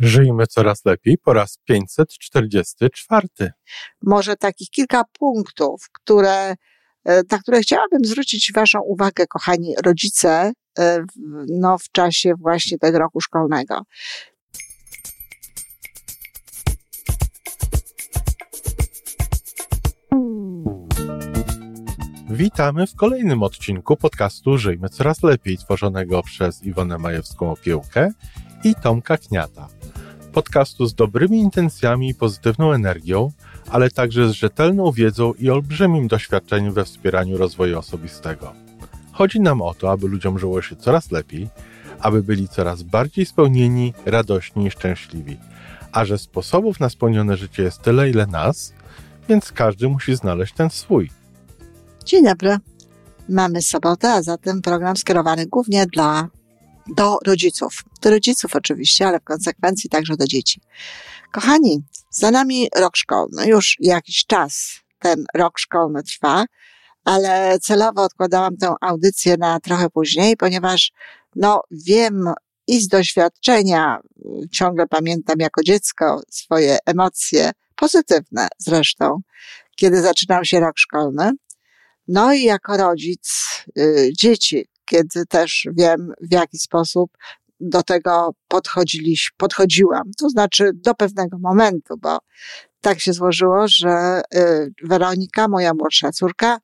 Żyjmy coraz lepiej po raz 544. Może takich kilka punktów, na które chciałabym zwrócić Waszą uwagę, kochani rodzice, w czasie właśnie tego roku szkolnego. Witamy w kolejnym odcinku podcastu Żyjmy Coraz Lepiej, tworzonego przez Iwonę Majewską-Opiełkę i Tomka Kniata. Podcastu z dobrymi intencjami i pozytywną energią, ale także z rzetelną wiedzą i olbrzymim doświadczeniem we wspieraniu rozwoju osobistego. Chodzi nam o to, aby ludziom żyło się coraz lepiej, aby byli coraz bardziej spełnieni, radośni i szczęśliwi. A że sposobów na spełnione życie jest tyle, ile nas, więc każdy musi znaleźć ten swój. Dzień dobry. Mamy sobotę, a zatem program skierowany głównie do rodziców. Do rodziców oczywiście, ale w konsekwencji także do dzieci. Kochani, za nami rok szkolny. Już jakiś czas ten rok szkolny trwa, ale celowo odkładałam tę audycję na trochę później, ponieważ wiem i z doświadczenia, ciągle pamiętam jako dziecko swoje emocje, pozytywne zresztą, kiedy zaczynał się rok szkolny. No i jako rodzic dzieci, kiedy też wiem, w jaki sposób do tego podchodziłam. To znaczy do pewnego momentu, bo tak się złożyło, że Weronika, moja młodsza córka,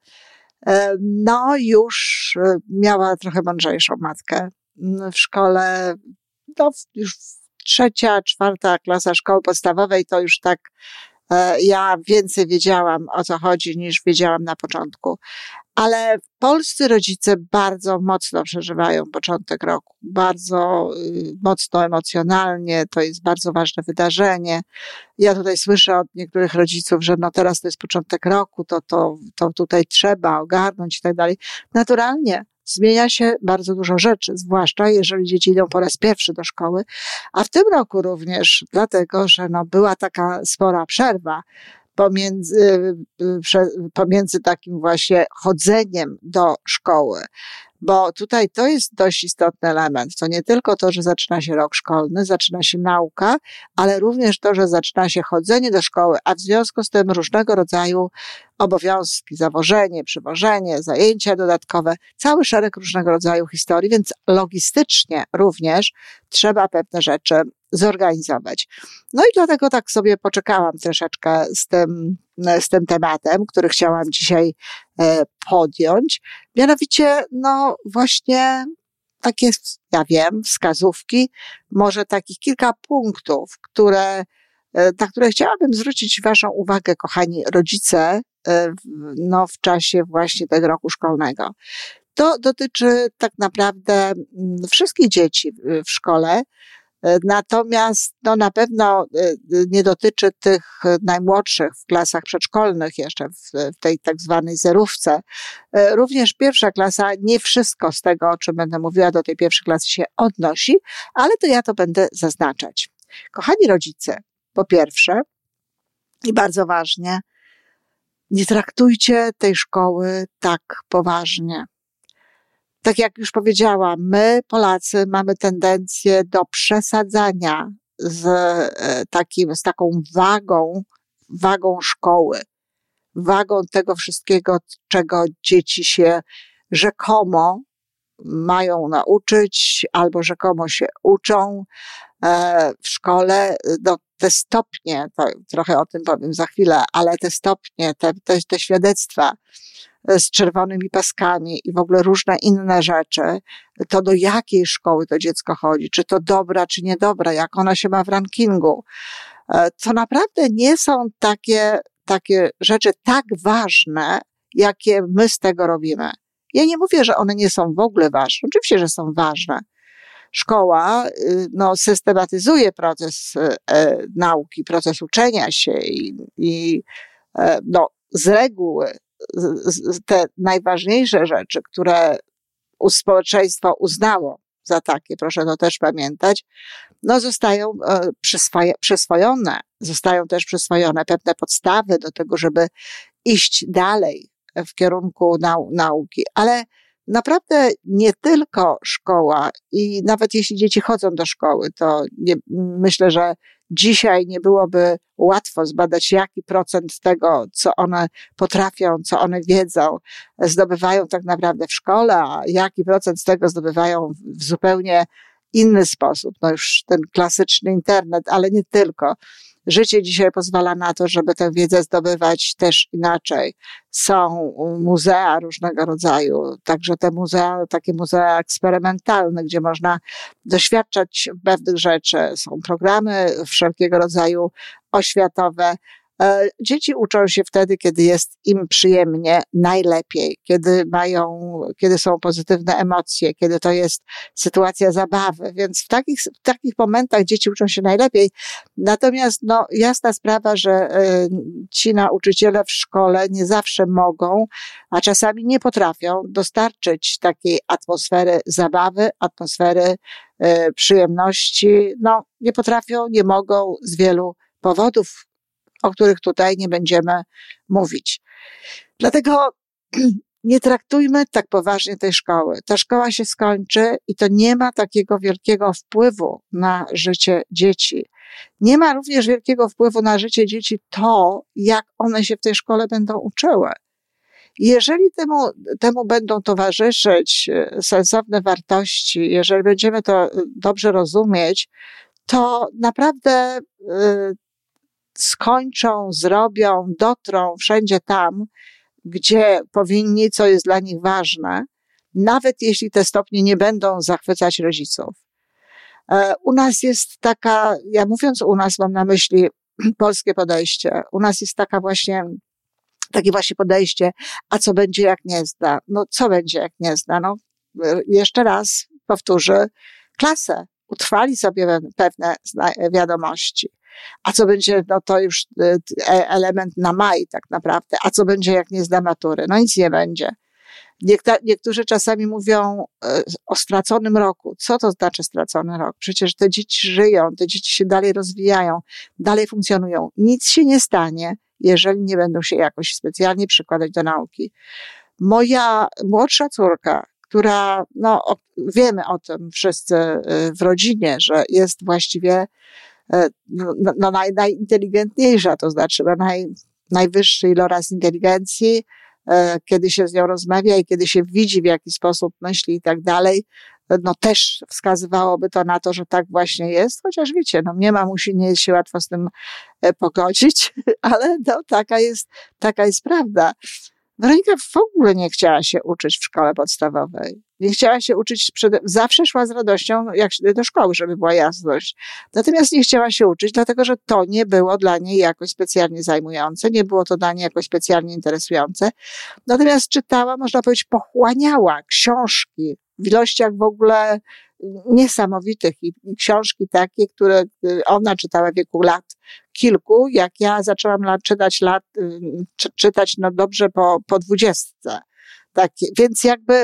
już miała trochę mądrzejszą matkę. W szkole, już 3., 4. klasa szkoły podstawowej, to już tak ja więcej wiedziałam, o co chodzi, niż wiedziałam na początku. Ale polscy rodzice bardzo mocno przeżywają początek roku. Bardzo mocno emocjonalnie. To jest bardzo ważne wydarzenie. Ja tutaj słyszę od niektórych rodziców, że teraz to jest początek roku, to tutaj trzeba ogarnąć i tak dalej. Naturalnie zmienia się bardzo dużo rzeczy, zwłaszcza jeżeli dzieci idą po raz pierwszy do szkoły, a w tym roku również dlatego, że była taka spora przerwa pomiędzy takim właśnie chodzeniem do szkoły. Bo tutaj to jest dość istotny element. To nie tylko to, że zaczyna się rok szkolny, zaczyna się nauka, ale również to, że zaczyna się chodzenie do szkoły, a w związku z tym różnego rodzaju obowiązki, zawożenie, przywożenie, zajęcia dodatkowe, cały szereg różnego rodzaju historii, więc logistycznie również trzeba pewne rzeczy zorganizować. No i dlatego tak sobie poczekałam troszeczkę z tym tematem, który chciałam dzisiaj podjąć. Mianowicie, właśnie takie, ja wiem, wskazówki, może takich kilka punktów, na które chciałabym zwrócić Waszą uwagę, kochani rodzice, w czasie właśnie tego roku szkolnego. To dotyczy tak naprawdę wszystkich dzieci w szkole, natomiast na pewno nie dotyczy tych najmłodszych w klasach przedszkolnych, jeszcze w tej tak zwanej zerówce. Również 1. klasa, nie wszystko z tego, o czym będę mówiła, do tej 1. klasy się odnosi, ale to ja to będę zaznaczać. Kochani rodzice, po pierwsze i bardzo ważnie, nie traktujcie tej szkoły tak poważnie. Tak jak już powiedziałam, my, Polacy, mamy tendencję do przesadzania z taką wagą szkoły, wagą tego wszystkiego, czego dzieci się rzekomo mają nauczyć albo rzekomo się uczą w szkole. Te stopnie, to trochę o tym powiem za chwilę, ale te stopnie, te świadectwa z czerwonymi paskami i w ogóle różne inne rzeczy, to do jakiej szkoły to dziecko chodzi, czy to dobra, czy niedobra, jak ona się ma w rankingu, to naprawdę nie są takie rzeczy tak ważne, jakie my z tego robimy. Ja nie mówię, że one nie są w ogóle ważne. Oczywiście, że są ważne. Szkoła systematyzuje proces nauki, proces uczenia się i z reguły te najważniejsze rzeczy, które społeczeństwo uznało za takie, proszę to też pamiętać, zostają przyswojone. Zostają też przyswojone pewne podstawy do tego, żeby iść dalej w kierunku nauki. Ale naprawdę nie tylko szkoła i nawet jeśli dzieci chodzą do szkoły, to myślę, że dzisiaj nie byłoby łatwo zbadać, jaki procent tego, co one potrafią, co one wiedzą, zdobywają tak naprawdę w szkole, a jaki procent z tego zdobywają w zupełnie inny sposób. No już ten klasyczny internet, ale nie tylko. Życie dzisiaj pozwala na to, żeby tę wiedzę zdobywać też inaczej. Są muzea różnego rodzaju, także te muzea, takie muzea eksperymentalne, gdzie można doświadczać pewnych rzeczy. Są programy wszelkiego rodzaju oświatowe. Dzieci uczą się wtedy, kiedy jest im przyjemnie, najlepiej, kiedy są pozytywne emocje, kiedy to jest sytuacja zabawy, więc w takich momentach dzieci uczą się najlepiej. Natomiast, jasna sprawa, że ci nauczyciele w szkole nie zawsze mogą, a czasami nie potrafią dostarczyć takiej atmosfery zabawy, atmosfery przyjemności. Nie potrafią, nie mogą z wielu powodów, o których tutaj nie będziemy mówić. Dlatego nie traktujmy tak poważnie tej szkoły. Ta szkoła się skończy i to nie ma takiego wielkiego wpływu na życie dzieci. Nie ma również wielkiego wpływu na życie dzieci to, jak one się w tej szkole będą uczyły. Jeżeli temu będą towarzyszyć sensowne wartości, jeżeli będziemy to dobrze rozumieć, to naprawdę skończą, zrobią, dotrą wszędzie tam, gdzie powinni, co jest dla nich ważne, nawet jeśli te stopnie nie będą zachwycać rodziców. U nas jest mówiąc u nas, mam na myśli polskie podejście. U nas jest takie właśnie podejście, a co będzie jak nie zda? Co będzie jak nie zda? Jeszcze raz powtórzę, klasę. Utrwali sobie pewne wiadomości. A co będzie, to już element na maj tak naprawdę. A co będzie, jak nie zda matury? Nic nie będzie. Niektórzy czasami mówią o straconym roku. Co to znaczy stracony rok? Przecież te dzieci żyją, te dzieci się dalej rozwijają, dalej funkcjonują. Nic się nie stanie, jeżeli nie będą się jakoś specjalnie przykładać do nauki. Moja młodsza córka, która, wiemy o tym wszyscy w rodzinie, że jest właściwie najinteligentniejsza, to znaczy ma najwyższy iloraz inteligencji, kiedy się z nią rozmawia i kiedy się widzi, w jaki sposób myśli i tak dalej, też wskazywałoby to na to, że tak właśnie jest, chociaż wiecie, mnie mamusi nie jest się łatwo z tym pogodzić, ale taka jest prawda. Weronika w ogóle nie chciała się uczyć w szkole podstawowej. Nie chciała się uczyć, zawsze szła z radością do szkoły, żeby była jasność. Natomiast nie chciała się uczyć, dlatego że to nie było dla niej jakoś specjalnie zajmujące, nie było to dla niej jakoś specjalnie interesujące. Natomiast czytała, można powiedzieć, pochłaniała książki w ilościach w ogóle niesamowitych i książki takie, które ona czytała w wieku lat kilku, jak ja zaczęłam czytać dobrze po 20. Więc jakby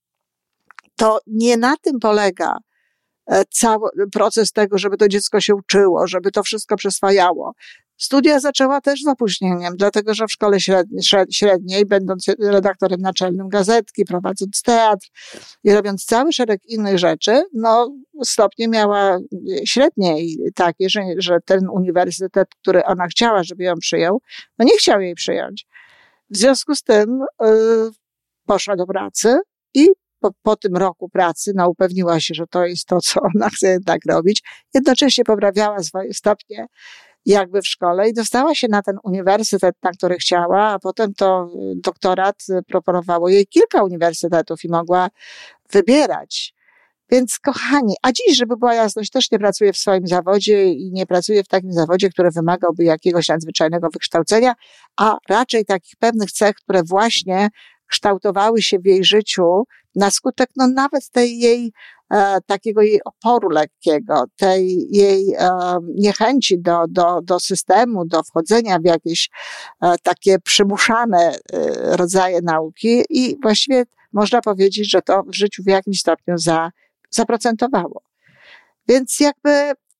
to nie na tym polega cały proces tego, żeby to dziecko się uczyło, żeby to wszystko przyswajało. Studia zaczęła też z opóźnieniem, dlatego że w szkole średniej, będąc redaktorem naczelnym gazetki, prowadząc teatr i robiąc cały szereg innych rzeczy, stopnie miała średniej takie, że ten uniwersytet, który ona chciała, żeby ją przyjął, nie chciał jej przyjąć. W związku z tym poszła do pracy i po tym roku pracy upewniła się, że to jest to, co ona chce jednak robić. Jednocześnie poprawiała swoje stopnie jakby w szkole i dostała się na ten uniwersytet, na który chciała, a potem to doktorat proponowało jej kilka uniwersytetów i mogła wybierać. Więc kochani, a dziś, żeby była jasność, też nie pracuję w swoim zawodzie i nie pracuję w takim zawodzie, który wymagałby jakiegoś nadzwyczajnego wykształcenia, a raczej takich pewnych cech, które właśnie kształtowały się w jej życiu na skutek nawet tej takiego jej oporu lekkiego, tej jej niechęci do systemu, do wchodzenia w jakieś takie przymuszane rodzaje nauki i właściwie można powiedzieć, że to w życiu w jakimś stopniu zaprocentowało. Więc jakby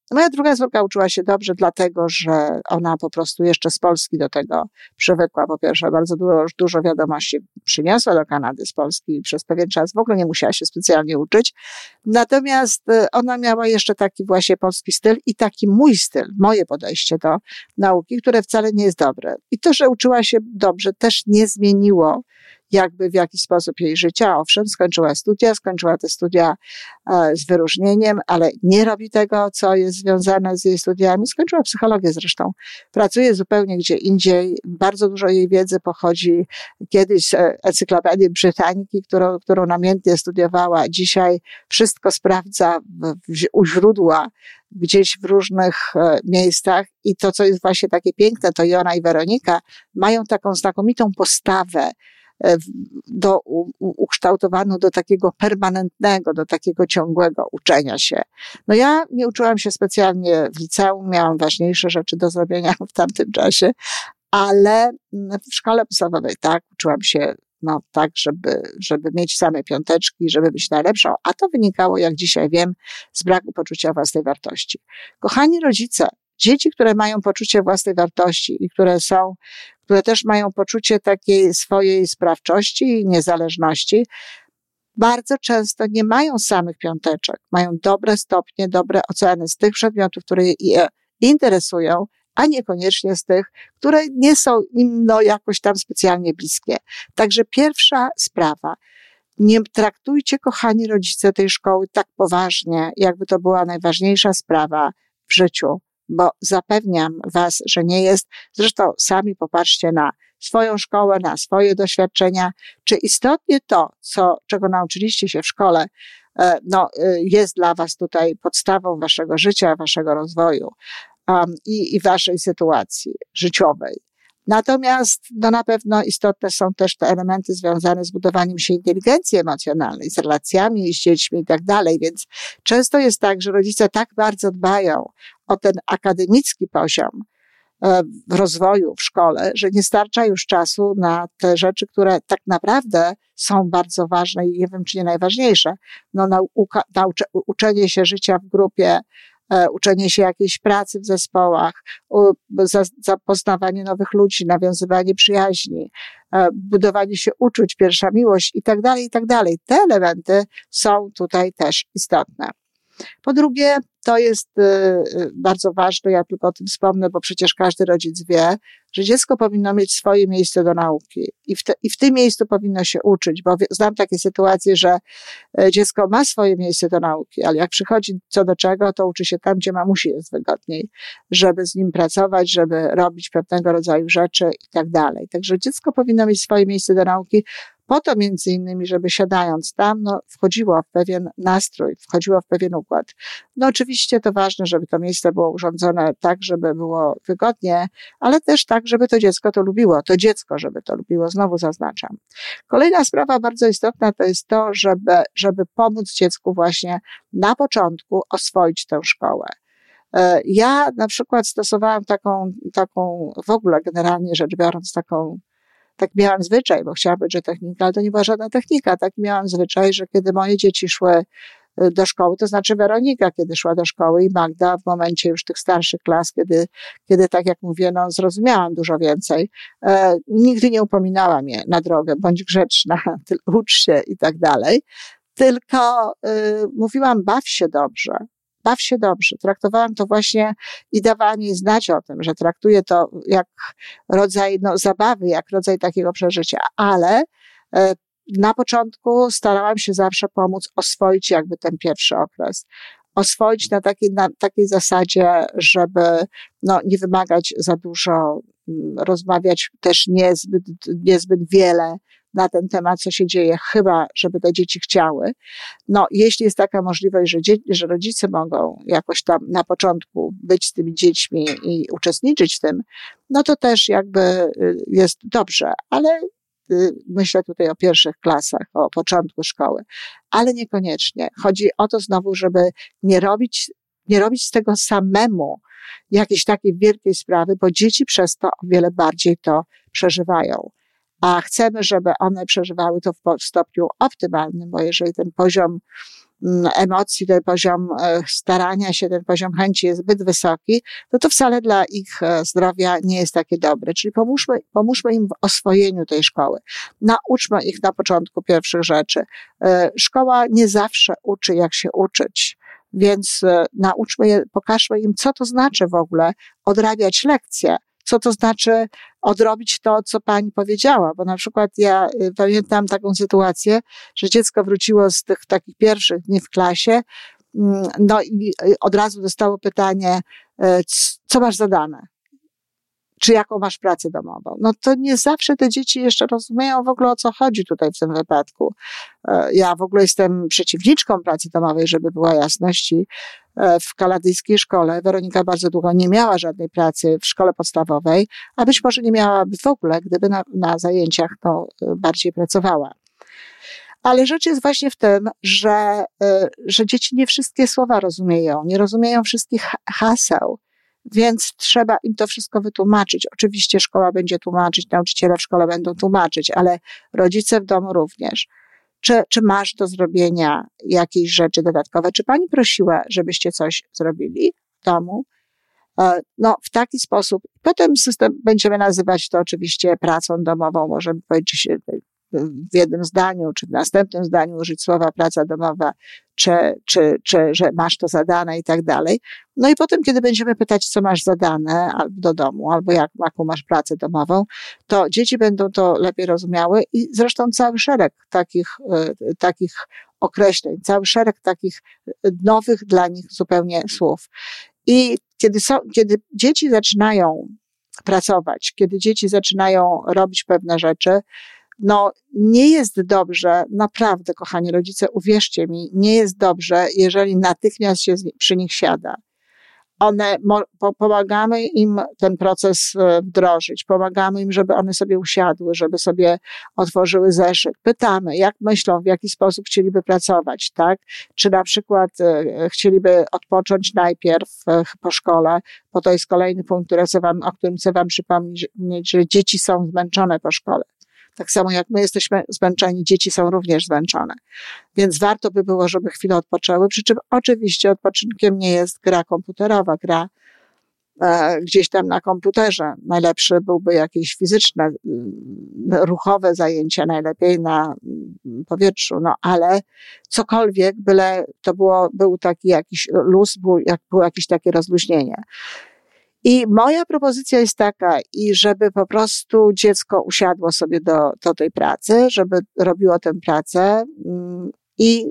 Moja druga córka uczyła się dobrze, dlatego że ona po prostu jeszcze z Polski do tego przywykła. Po pierwsze, bardzo dużo wiadomości przyniosła do Kanady z Polski i przez pewien czas w ogóle nie musiała się specjalnie uczyć. Natomiast ona miała jeszcze taki właśnie polski styl i taki mój styl, moje podejście do nauki, które wcale nie jest dobre. I to, że uczyła się dobrze, też nie zmieniło jakby w jakiś sposób jej życia. Owszem, skończyła te studia z wyróżnieniem, ale nie robi tego, co jest związane z jej studiami. Skończyła psychologię zresztą. Pracuje zupełnie gdzie indziej. Bardzo dużo jej wiedzy pochodzi kiedyś z Encyklopedii Brytaniki, którą namiętnie studiowała. Dzisiaj wszystko sprawdza u źródła, gdzieś w różnych miejscach i to, co jest właśnie takie piękne, to i ona i Weronika mają taką znakomitą postawę ukształtowaną do takiego permanentnego, do takiego ciągłego uczenia się. No ja nie uczyłam się specjalnie w liceum, miałam ważniejsze rzeczy do zrobienia w tamtym czasie, ale w szkole podstawowej tak, uczyłam się tak, żeby mieć same piąteczki, żeby być najlepszą, a to wynikało, jak dzisiaj wiem, z braku poczucia własnej wartości. Kochani rodzice, dzieci, które mają poczucie własnej wartości i które też mają poczucie takiej swojej sprawczości i niezależności, bardzo często nie mają samych piąteczek. Mają dobre stopnie, dobre oceny z tych przedmiotów, które je interesują, a niekoniecznie z tych, które nie są im jakoś tam specjalnie bliskie. Także pierwsza sprawa. Nie traktujcie, kochani rodzice, tej szkoły tak poważnie, jakby to była najważniejsza sprawa w życiu, bo zapewniam was, że nie jest. Zresztą sami popatrzcie na swoją szkołę, na swoje doświadczenia, czy istotnie to, czego nauczyliście się w szkole, jest dla was tutaj podstawą waszego życia, waszego rozwoju i waszej sytuacji życiowej. Natomiast na pewno istotne są też te elementy związane z budowaniem się inteligencji emocjonalnej, z relacjami z dziećmi i tak dalej, więc często jest tak, że rodzice tak bardzo dbają o ten akademicki poziom rozwoju w szkole, że nie starcza już czasu na te rzeczy, które tak naprawdę są bardzo ważne i nie wiem, czy nie najważniejsze. Uczenie się życia w grupie, uczenie się jakiejś pracy w zespołach, poznawanie nowych ludzi, nawiązywanie przyjaźni, budowanie się uczuć, pierwsza miłość i tak dalej, i tak dalej. Te elementy są tutaj też istotne. Po drugie, to jest bardzo ważne, ja tylko o tym wspomnę, bo przecież każdy rodzic wie, że dziecko powinno mieć swoje miejsce do nauki i w tym miejscu powinno się uczyć, bo znam takie sytuacje, że dziecko ma swoje miejsce do nauki, ale jak przychodzi co do czego, to uczy się tam, gdzie mamusi jest wygodniej, żeby z nim pracować, żeby robić pewnego rodzaju rzeczy i tak dalej. Także dziecko powinno mieć swoje miejsce do nauki, po to między innymi, żeby siadając tam, wchodziło w pewien nastrój, wchodziło w pewien układ. Oczywiście to ważne, żeby to miejsce było urządzone tak, żeby było wygodnie, ale też tak, żeby to dziecko to lubiło. To dziecko, żeby to lubiło, znowu zaznaczam. Kolejna sprawa bardzo istotna to jest to, żeby pomóc dziecku właśnie na początku oswoić tę szkołę. Ja na przykład stosowałam taką w ogóle generalnie rzecz biorąc tak miałam zwyczaj, bo chciałam być, że technika, ale to nie była żadna technika. Tak miałam zwyczaj, że kiedy moje dzieci szły do szkoły, to znaczy Weronika, kiedy szła do szkoły i Magda w momencie już tych starszych klas, kiedy tak jak mówię, zrozumiałam dużo więcej, nigdy nie upominała mnie na drogę, bądź grzeczna, ucz się i tak dalej, tylko mówiłam, baw się dobrze. Baw się dobrze. Traktowałam to właśnie i dawałam jej znać o tym, że traktuję to jak rodzaj zabawy, jak rodzaj takiego przeżycia, ale na początku starałam się zawsze pomóc oswoić jakby ten pierwszy okres. Oswoić na takiej zasadzie, żeby nie wymagać za dużo, rozmawiać też niezbyt wiele na ten temat, co się dzieje, chyba żeby te dzieci chciały. Jeśli jest taka możliwość, że rodzice mogą jakoś tam na początku być z tymi dziećmi i uczestniczyć w tym, to też jakby jest dobrze, ale myślę tutaj o pierwszych klasach, o początku szkoły, ale niekoniecznie. Chodzi o to znowu, żeby nie robić z tego samemu jakiejś takiej wielkiej sprawy, bo dzieci przez to o wiele bardziej to przeżywają. A chcemy, żeby one przeżywały to w stopniu optymalnym, bo jeżeli ten poziom emocji, ten poziom starania się, ten poziom chęci jest zbyt wysoki, to wcale dla ich zdrowia nie jest takie dobre. Czyli pomóżmy im w oswojeniu tej szkoły. Nauczmy ich na początku pierwszych rzeczy. Szkoła nie zawsze uczy, jak się uczyć. Więc nauczmy je, pokażmy im, co to znaczy w ogóle odrabiać lekcje, co to znaczy odrobić to, co pani powiedziała, bo na przykład ja pamiętam taką sytuację, że dziecko wróciło z tych takich pierwszych dni w klasie, no i od razu dostało pytanie, co masz zadane? Czy jaką masz pracę domową? No to nie zawsze te dzieci jeszcze rozumieją w ogóle, o co chodzi tutaj w tym wypadku. Ja w ogóle jestem przeciwniczką pracy domowej, żeby była jasność. I w kanadyjskiej szkole Weronika bardzo długo nie miała żadnej pracy w szkole podstawowej, a być może nie miałaby w ogóle, gdyby na zajęciach to bardziej pracowała. Ale rzecz jest właśnie w tym, że dzieci nie wszystkie słowa rozumieją, nie rozumieją wszystkich haseł. Więc trzeba im to wszystko wytłumaczyć. Oczywiście szkoła będzie tłumaczyć, nauczyciele w szkole będą tłumaczyć, ale rodzice w domu również. Czy masz do zrobienia jakieś rzeczy dodatkowe? Czy pani prosiła, żebyście coś zrobili w domu? No, w taki sposób. Potem system, będziemy nazywać to oczywiście pracą domową. Możemy powiedzieć w jednym zdaniu, czy w następnym zdaniu użyć słowa praca domowa, czy że masz to zadane i tak dalej. No i potem, kiedy będziemy pytać, co masz zadane do domu, albo jaką masz pracę domową, to dzieci będą to lepiej rozumiały i zresztą cały szereg takich określeń, cały szereg takich nowych dla nich zupełnie słów. I kiedy dzieci zaczynają pracować, kiedy dzieci zaczynają robić pewne rzeczy, no, nie jest dobrze, naprawdę, kochani rodzice, uwierzcie mi, nie jest dobrze, jeżeli natychmiast się przy nich siada. Pomagamy im ten proces wdrożyć, pomagamy im, żeby one sobie usiadły, żeby sobie otworzyły zeszyt. Pytamy, jak myślą, w jaki sposób chcieliby pracować, tak? Czy na przykład chcieliby odpocząć najpierw po szkole, bo to jest kolejny punkt, o którym chcę wam przypomnieć, że dzieci są zmęczone po szkole. Tak samo jak my jesteśmy zmęczeni, dzieci są również zmęczone. Więc warto by było, żeby chwilę odpoczęły, przy czym oczywiście odpoczynkiem nie jest gra komputerowa, gra gdzieś tam na komputerze. Najlepsze byłby jakieś fizyczne, ruchowe zajęcia, najlepiej na powietrzu, no ale cokolwiek, byle to był taki jakiś luz, było jakieś takie rozluźnienie. I moja propozycja jest taka, i żeby po prostu dziecko usiadło sobie do tej pracy, żeby robiło tę pracę i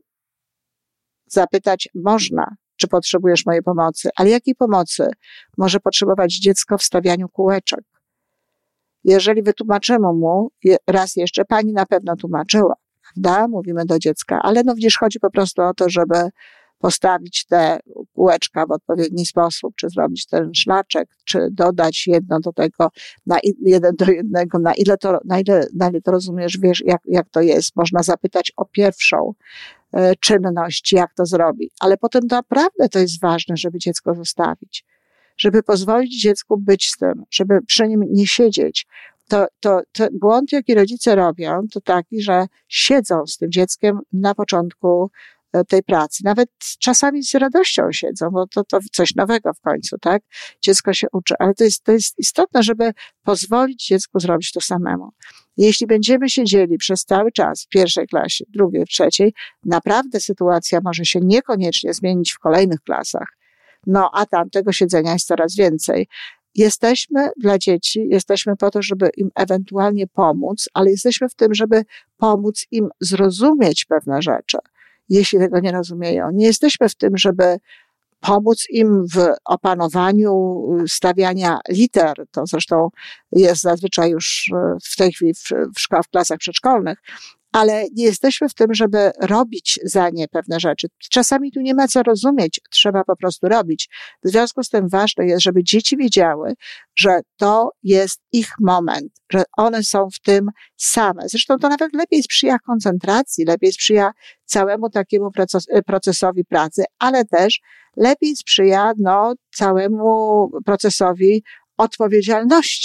zapytać można, czy potrzebujesz mojej pomocy, ale jakiej pomocy może potrzebować dziecko w stawianiu kółeczek? Jeżeli wytłumaczymy mu, raz jeszcze, pani na pewno tłumaczyła, prawda? Mówimy do dziecka, ale no widzisz, chodzi po prostu o to, żeby postawić te kółeczka w odpowiedni sposób, czy zrobić ten szlaczek, czy dodać jedno do tego, jeden do jednego, na ile to rozumiesz, wiesz, jak to jest. Można zapytać o pierwszą czynność, jak to zrobi. Ale potem naprawdę to jest ważne, żeby dziecko zostawić, żeby pozwolić dziecku być z tym, żeby przy nim nie siedzieć. To błąd, jaki rodzice robią, to taki, że siedzą z tym dzieckiem na początku tej pracy. Nawet czasami z radością siedzą, bo to coś nowego w końcu, tak? Dziecko się uczy, ale to jest istotne, żeby pozwolić dziecku zrobić to samemu. Jeśli będziemy siedzieli przez cały czas w pierwszej klasie, drugiej, w trzeciej, naprawdę sytuacja może się niekoniecznie zmienić w kolejnych klasach. No, a tam tego siedzenia jest coraz więcej. Jesteśmy dla dzieci, jesteśmy po to, żeby im ewentualnie pomóc, ale jesteśmy w tym, żeby pomóc im zrozumieć pewne rzeczy, jeśli tego nie rozumieją. Nie jesteśmy w tym, żeby pomóc im w opanowaniu stawiania liter. To zresztą jest zazwyczaj już w tej chwili w klasach przedszkolnych, ale nie jesteśmy w tym, żeby robić za nie pewne rzeczy. Czasami tu nie ma co rozumieć, trzeba po prostu robić. W związku z tym ważne jest, żeby dzieci wiedziały, że to jest ich moment, że one są w tym same. Zresztą to nawet lepiej sprzyja koncentracji, lepiej sprzyja całemu takiemu procesowi pracy, ale też lepiej sprzyja całemu procesowi odpowiedzialności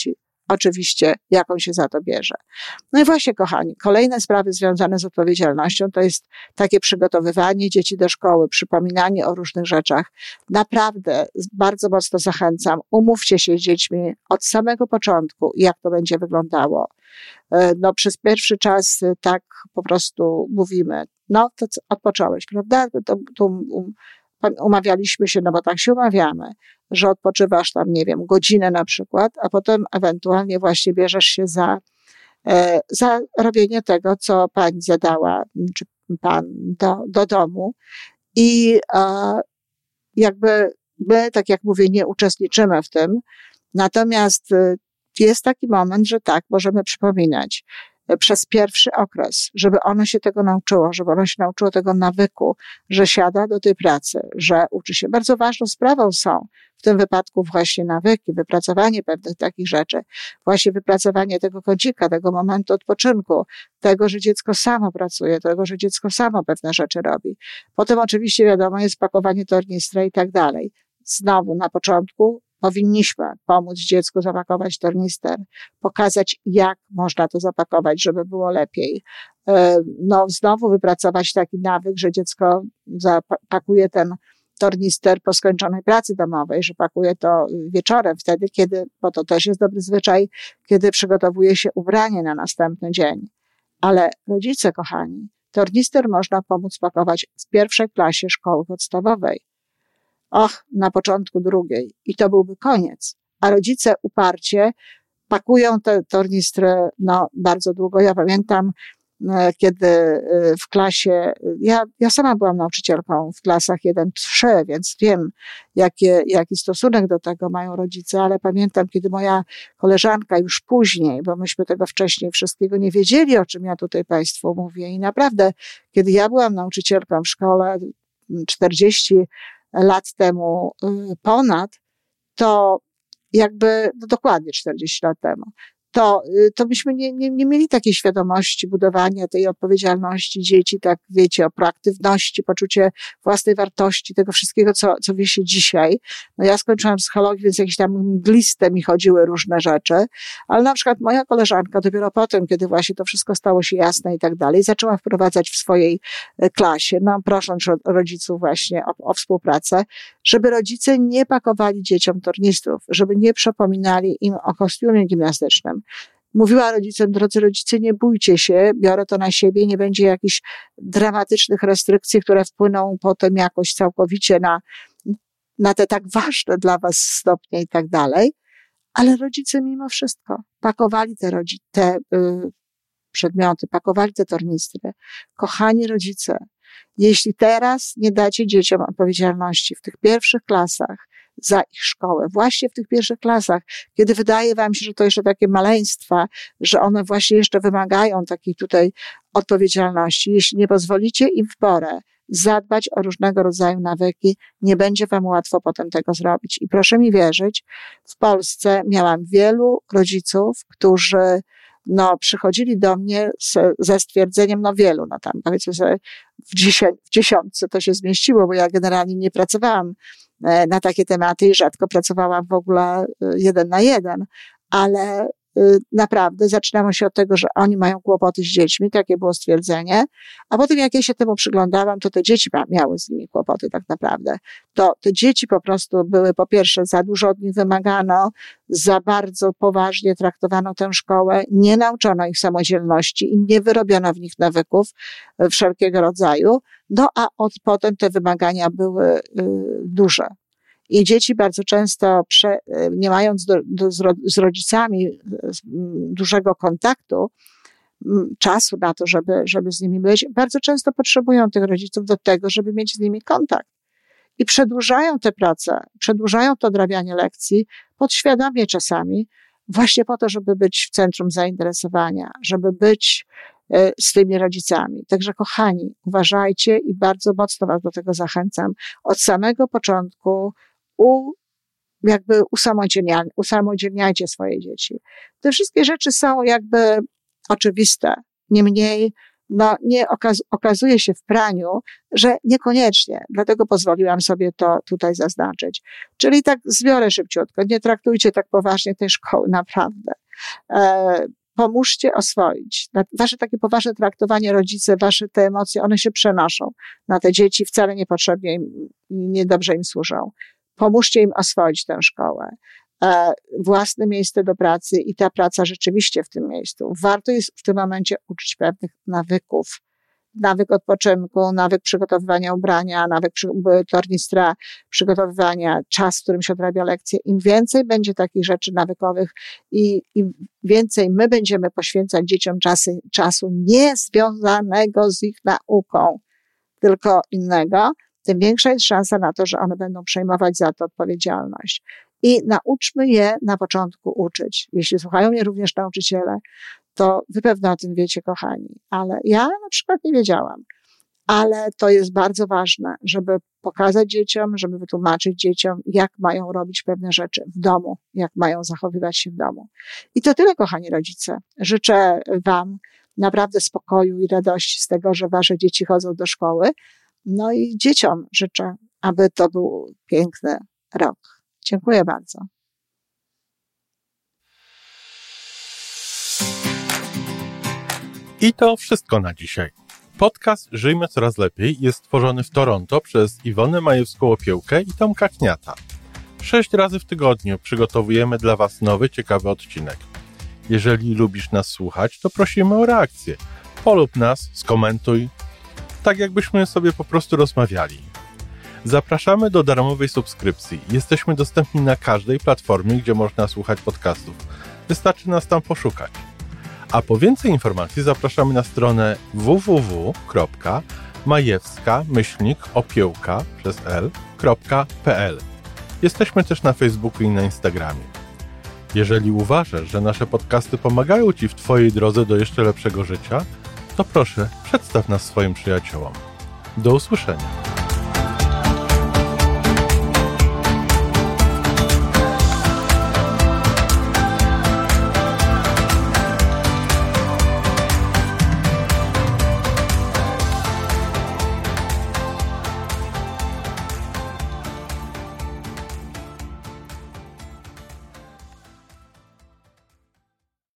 oczywiście, jak on się za to bierze. No i właśnie, kochani, kolejne sprawy związane z odpowiedzialnością to jest takie przygotowywanie dzieci do szkoły, przypominanie o różnych rzeczach. Naprawdę bardzo mocno zachęcam, umówcie się z dziećmi od samego początku, jak to będzie wyglądało. No, przez pierwszy czas tak po prostu mówimy, no to odpocząłeś, prawda? Umawialiśmy się, no bo tak się umawiamy, że odpoczywasz tam, nie wiem, godzinę na przykład, a potem ewentualnie właśnie bierzesz się za robienie tego, co pani zadała, czy pan do domu. I jakby my, tak jak mówię, nie uczestniczymy w tym, natomiast jest taki moment, że tak, możemy przypominać przez pierwszy okres, żeby ono się tego nauczyło, żeby ono się nauczyło tego nawyku, że siada do tej pracy, że uczy się. Bardzo ważną sprawą są w tym wypadku właśnie nawyki, wypracowanie pewnych takich rzeczy, właśnie wypracowanie tego kącika, tego momentu odpoczynku, tego, że dziecko samo pracuje, tego, że dziecko samo pewne rzeczy robi. Potem oczywiście wiadomo jest pakowanie tornistra i tak dalej. Znowu na początku powinniśmy pomóc dziecku zapakować tornister, pokazać, jak można to zapakować, żeby było lepiej. No, znowu wypracować taki nawyk, że dziecko zapakuje ten tornister po skończonej pracy domowej, że pakuje to wieczorem, wtedy, kiedy, bo to też jest dobry zwyczaj, kiedy przygotowuje się ubranie na następny dzień. Ale rodzice, kochani, tornister można pomóc pakować w pierwszej klasie szkoły podstawowej. Na początku drugiej. I to byłby koniec. A rodzice uparcie pakują te tornistry, no, bardzo długo. Ja pamiętam, kiedy w klasie, ja sama byłam nauczycielką w klasach 1-3, więc wiem, jaki stosunek do tego mają rodzice, ale pamiętam, kiedy moja koleżanka już później, bo myśmy tego wcześniej wszystkiego nie wiedzieli, o czym ja tutaj Państwu mówię. I naprawdę, kiedy ja byłam nauczycielką w szkole 40 lat temu ponad, to jakby, no dokładnie 40 lat temu, to myśmy nie mieli takiej świadomości budowania tej odpowiedzialności dzieci, tak wiecie, o proaktywności, poczucie własnej wartości, tego wszystkiego, co wie się dzisiaj. No ja skończyłam psychologię, więc jakieś tam mgliste mi chodziły różne rzeczy, ale na przykład moja koleżanka dopiero potem, kiedy właśnie to wszystko stało się jasne i tak dalej, zaczęła wprowadzać w swojej klasie, no prosząc rodziców właśnie o współpracę, żeby rodzice nie pakowali dzieciom tornistrów, żeby nie przypominali im o kostiumie gimnastycznym. Mówiła rodzicom, drodzy rodzice, nie bójcie się, biorę to na siebie, nie będzie jakichś dramatycznych restrykcji, które wpłyną potem jakoś całkowicie na te tak ważne dla was stopnie i tak dalej. Ale rodzice mimo wszystko pakowali te przedmioty, pakowali te tornistry. Kochani rodzice, jeśli teraz nie dacie dzieciom odpowiedzialności w tych pierwszych klasach za ich szkołę, właśnie w tych pierwszych klasach, kiedy wydaje wam się, że to jeszcze takie maleństwa, że one właśnie jeszcze wymagają takiej tutaj odpowiedzialności, jeśli nie pozwolicie im w porę zadbać o różnego rodzaju nawyki, nie będzie wam łatwo potem tego zrobić. I proszę mi wierzyć, w Polsce miałam wielu rodziców, którzy przychodzili do mnie ze stwierdzeniem, wielu, tam powiedzmy sobie w 10 to się zmieściło, bo ja generalnie nie pracowałam na takie tematy i rzadko pracowałam w ogóle 1 na 1, ale naprawdę zaczynało się od tego, że oni mają kłopoty z dziećmi, takie było stwierdzenie, a potem jak ja się temu przyglądałam, to te dzieci miały z nimi kłopoty tak naprawdę. To te dzieci po prostu były, po pierwsze, za dużo od nich wymagano, za bardzo poważnie traktowano tę szkołę, nie nauczono ich samodzielności i nie wyrobiono w nich nawyków wszelkiego rodzaju, a potem te wymagania były duże. I dzieci bardzo często, nie mając z rodzicami dużego kontaktu, czasu na to, żeby z nimi być, bardzo często potrzebują tych rodziców do tego, żeby mieć z nimi kontakt. I przedłużają tę pracę, przedłużają to odrabianie lekcji, podświadomie czasami, właśnie po to, żeby być w centrum zainteresowania, żeby być z tymi rodzicami. Także kochani, uważajcie i bardzo mocno was do tego zachęcam. Od samego początku usamodzielniajcie swoje dzieci. Te wszystkie rzeczy są jakby oczywiste. Niemniej nie okazuje się w praniu, że niekoniecznie. Dlatego pozwoliłam sobie to tutaj zaznaczyć. Czyli tak zbiorę szybciutko. Nie traktujcie tak poważnie tej szkoły, naprawdę. Pomóżcie oswoić. Wasze takie poważne traktowanie, rodzice, wasze te emocje, one się przenoszą na te dzieci, wcale niepotrzebnie im, niedobrze im służą. Pomóżcie im oswoić tę szkołę. Własne miejsce do pracy i ta praca rzeczywiście w tym miejscu. Warto jest w tym momencie uczyć pewnych nawyków. Nawyk odpoczynku, nawyk przygotowywania ubrania, nawyk tornistra, przygotowywania, czas, w którym się odrabia lekcje. Im więcej będzie takich rzeczy nawykowych i im więcej my będziemy poświęcać dzieciom czasu niezwiązanego z ich nauką, tylko innego, tym większa jest szansa na to, że one będą przejmować za to odpowiedzialność. I nauczmy je na początku uczyć. Jeśli słuchają mnie również nauczyciele, to wy pewno o tym wiecie, kochani. Ale ja na przykład nie wiedziałam. Ale to jest bardzo ważne, żeby pokazać dzieciom, żeby wytłumaczyć dzieciom, jak mają robić pewne rzeczy w domu, jak mają zachowywać się w domu. I to tyle, kochani rodzice. Życzę wam naprawdę spokoju i radości z tego, że wasze dzieci chodzą do szkoły. No i dzieciom życzę, aby to był piękny rok. Dziękuję bardzo. I to wszystko na dzisiaj. Podcast Żyjmy Coraz Lepiej jest stworzony w Toronto przez Iwonę Majewską-Opiełkę i Tomka Kniata. 6 razy w tygodniu przygotowujemy dla Was nowy, ciekawy odcinek. Jeżeli lubisz nas słuchać, to prosimy o reakcję. Polub nas, skomentuj, tak jakbyśmy sobie po prostu rozmawiali. Zapraszamy do darmowej subskrypcji. Jesteśmy dostępni na każdej platformie, gdzie można słuchać podcastów. Wystarczy nas tam poszukać. A po więcej informacji zapraszamy na stronę www.majewska-opiełka.pl. Jesteśmy też na Facebooku i na Instagramie. Jeżeli uważasz, że nasze podcasty pomagają Ci w Twojej drodze do jeszcze lepszego życia, to proszę, przedstaw nas swoim przyjaciołom. Do usłyszenia.